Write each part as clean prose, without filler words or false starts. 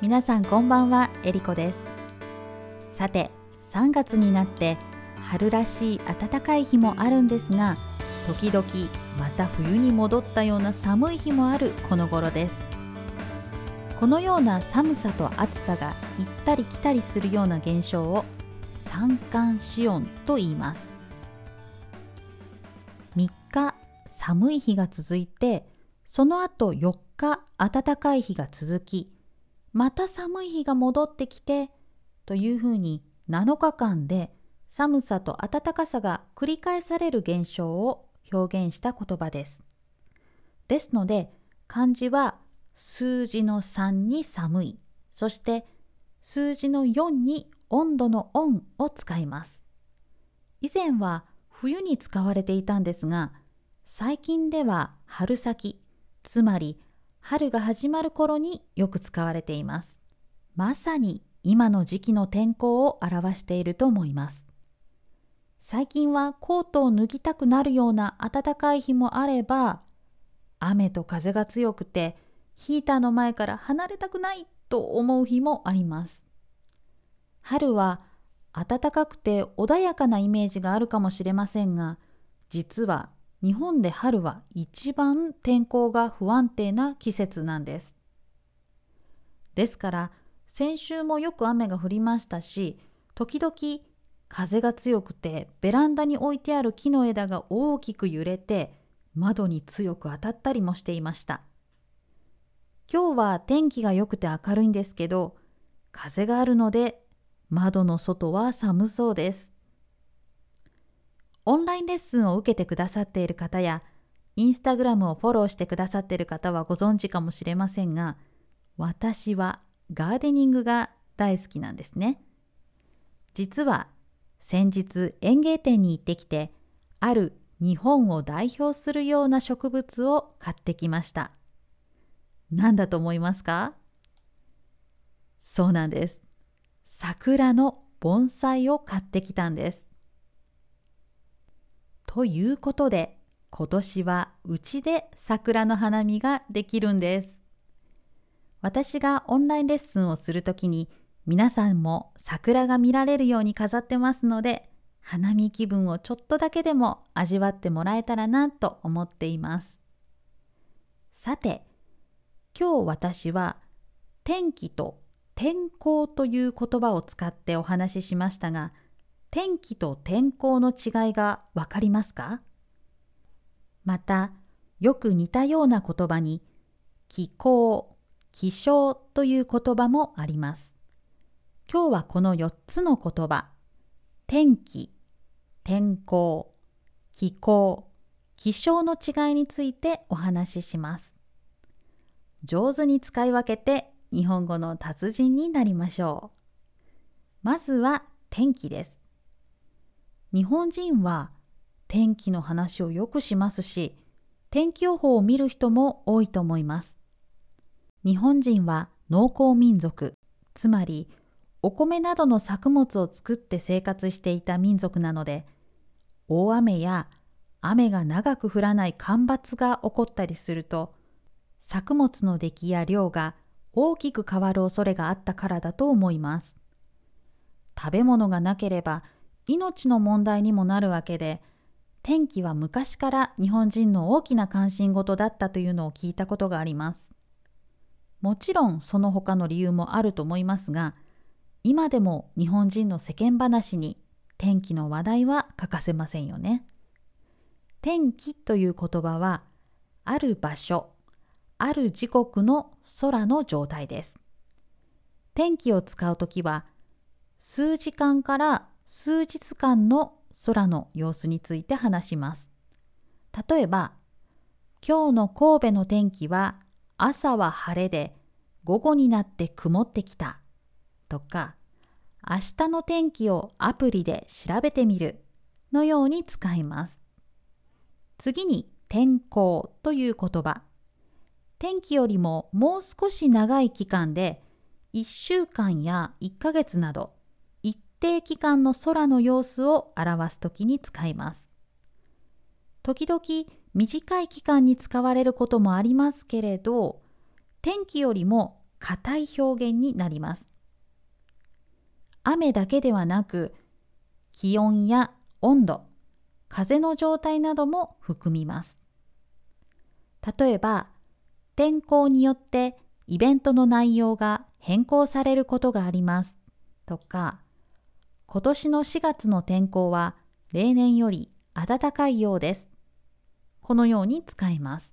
皆さんこんばんは、えりこです。さて、3月になって春らしい暖かい日もあるんですが、時々また冬に戻ったような寒い日もあるこの頃です。このような寒さと暑さが行ったり来たりするような現象を三寒四温と言います。3日寒い日が続いて、その後4日暖かい日が続き、また寒い日が戻ってきてというふうに7日間で寒さと暖かさが繰り返される現象を表現した言葉です。ですので漢字は数字の3に寒い、そして数字の4に温度の温を使います。以前は冬に使われていたんですが、最近では春先、つまり春が始まる頃によく使われています。まさに今の時期の天候を表していると思います。最近はコートを脱ぎたくなるような暖かい日もあれば、雨と風が強くてヒーターの前から離れたくないと思う日もあります。春は暖かくて穏やかなイメージがあるかもしれませんが、実は日本で春は一番天候が不安定な季節なんです。ですから先週もよく雨が降りましたし、時々風が強くてベランダに置いてある木の枝が大きく揺れて窓に強く当たったりもしていました。今日は天気が良くて明るいんですけど、風があるので窓の外は寒そうです。オンラインレッスンを受けてくださっている方や、インスタグラムをフォローしてくださっている方はご存知かもしれませんが、私はガーデニングが大好きなんですね。実は先日園芸店に行ってきて、ある日本を代表するような植物を買ってきました。何だと思いますか？そうなんです。桜の盆栽を買ってきたんです。ということで、今年はうちで桜の花見ができるんです。私がオンラインレッスンをするときに、皆さんも桜が見られるように飾ってますので、花見気分をちょっとだけでも味わってもらえたらなと思っています。さて、今日私は天気と天候という言葉を使ってお話ししましたが、天気と天候の違いがわかりますか？また、よく似たような言葉に気候、気象という言葉もあります。今日はこの4つの言葉、天気、天候、気候、気象の違いについてお話しします。上手に使い分けて日本語の達人になりましょう。まずは天気です。日本人は天気の話をよくしますし、天気予報を見る人も多いと思います。日本人は農耕民族、つまりお米などの作物を作って生活していた民族なので、大雨や雨が長く降らない干ばつが起こったりすると、作物の出来や量が大きく変わる恐れがあったからだと思います。食べ物がなければ命の問題にもなるわけで、天気は昔から日本人の大きな関心事だったというのを聞いたことがあります。もちろんその他の理由もあると思いますが、今でも日本人の世間話に天気の話題は欠かせませんよね。天気という言葉は、ある場所、ある時刻の空の状態です。天気を使うときは、数時間から数日間の空の様子について話します。例えば、今日の神戸の天気は朝は晴れで午後になって曇ってきたとか、明日の天気をアプリで調べてみるのように使います。次に天候という言葉。天気よりももう少し長い期間で1週間や1ヶ月など一定期間の空の様子を表すときに使います。時々短い期間に使われることもありますけれど、天気よりも硬い表現になります。雨だけではなく、気温や温度、風の状態なども含みます。例えば、天候によってイベントの内容が変更されることがありますとか、今年の4月の天候は例年より暖かいようです。このように使います。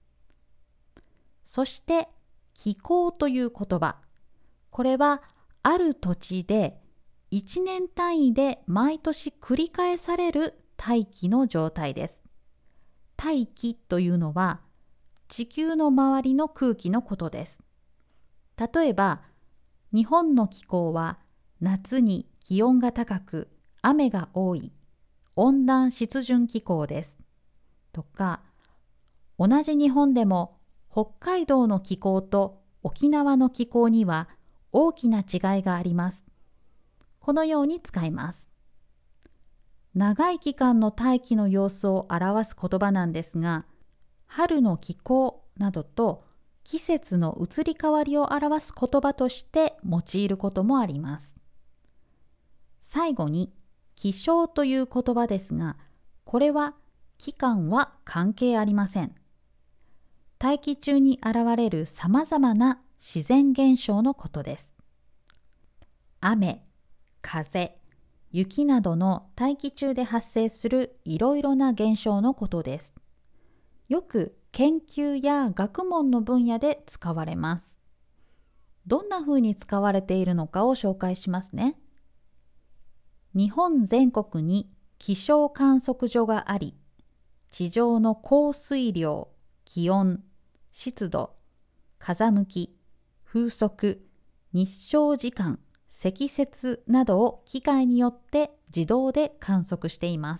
そして、気候という言葉。これはある土地で1年単位で毎年繰り返される大気の状態です。大気というのは地球の周りの空気のことです。例えば、日本の気候は夏に気温が高く雨が多い温暖湿潤気候です。とか、同じ日本でも北海道の気候と沖縄の気候には大きな違いがあります。このように使います。長い期間の大気の様子を表す言葉なんですが、春の気候などと季節の移り変わりを表す言葉として用いることもあります。最後に、気象という言葉ですが、これは期間は関係ありません。大気中に現れるさまざまな自然現象のことです。雨、風、雪などの大気中で発生するいろいろな現象のことです。よく研究や学問の分野で使われます。どんなふうに使われているのかを紹介しますね。日本全国に気象観測所があり、地上の降水量、気温、湿度、風向き、風速、日照時間、積雪などを機械によって自動で観測しています。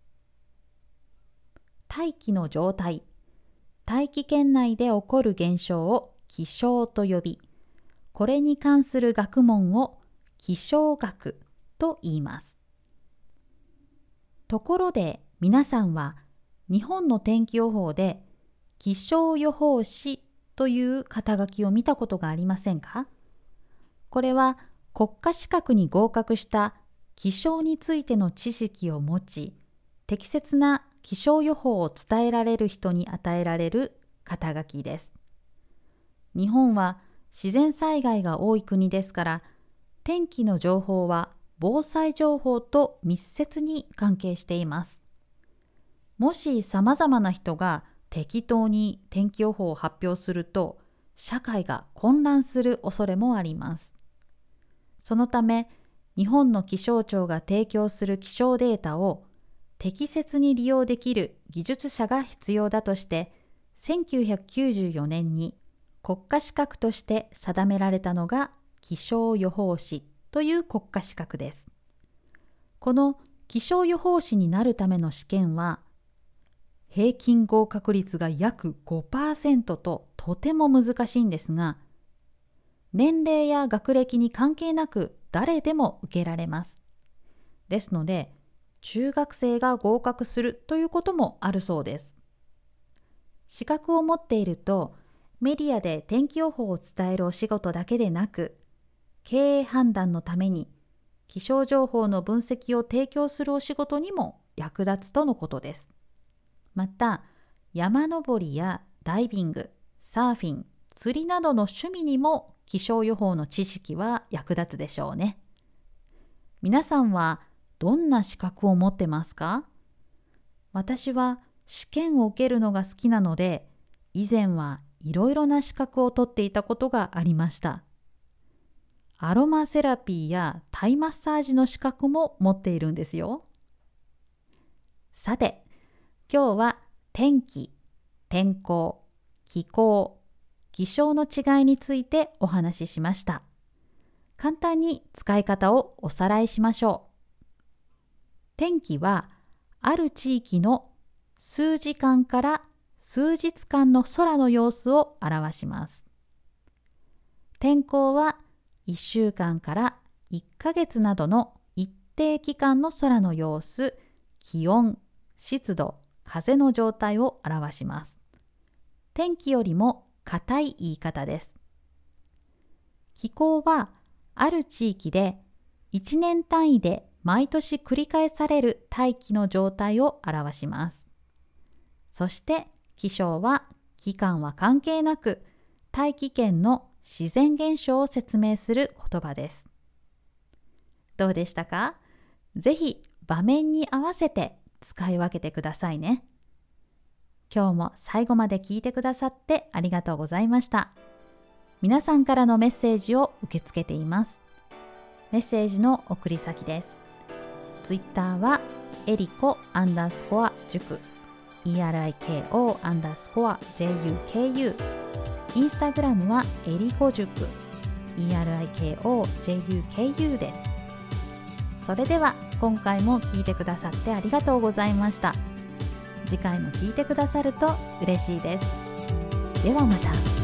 大気の状態、大気圏内で起こる現象を気象と呼び、これに関する学問を気象学と言います。ところで皆さんは日本の天気予報で気象予報士という肩書きを見たことがありませんか？これは国家資格に合格した気象についての知識を持ち、適切な気象予報を伝えられる人に与えられる肩書きです。日本は自然災害が多い国ですから、天気の情報は防災情報と密接に関係しています。もし様々な人が適当に天気予報を発表すると、社会が混乱する恐れもあります。そのため、日本の気象庁が提供する気象データを適切に利用できる技術者が必要だとして、1994年に国家資格として定められたのが気象予報士という国家資格です。この気象予報士になるための試験は、平均合格率が約 5% ととても難しいんですが、年齢や学歴に関係なく誰でも受けられます。ですので、中学生が合格するということもあるそうです。資格を持っていると、メディアで天気予報を伝えるお仕事だけでなく、経営判断のために気象情報の分析を提供するお仕事にも役立つとのことです。また、山登りやダイビング、サーフィン、釣りなどの趣味にも気象予報の知識は役立つでしょうね。皆さんはどんな資格を持ってますか？私は試験を受けるのが好きなので、以前はいろいろな資格を取っていたことがありました。アロマセラピーやタイマッサージの資格も持っているんですよ。さて、今日は天気、天候、気候、気象の違いについてお話ししました。簡単に使い方をおさらいしましょう。天気はある地域の数時間から数日間の空の様子を表します。天候は1週間から1ヶ月などの一定期間の空の様子、気温、湿度、風の状態を表します。天気よりも硬い言い方です。 気候はある地域で1年単位で毎年繰り返される大気の状態を表します。そして気象は期間は関係なく大気圏の自然現象を説明する言葉です。どうでしたか？ぜひ場面に合わせて使い分けてくださいね。今日も最後まで聞いてくださってありがとうございました。皆さんからのメッセージを受け付けています。メッセージの送り先です。ツイッターはエリコ_塾 ERIKO_JUKU、 インスタグラムはエリコ塾 ERIKOJUKU です。それでは今回も聞いてくださってありがとうございました。次回も聞いてくださると嬉しいです。ではまた。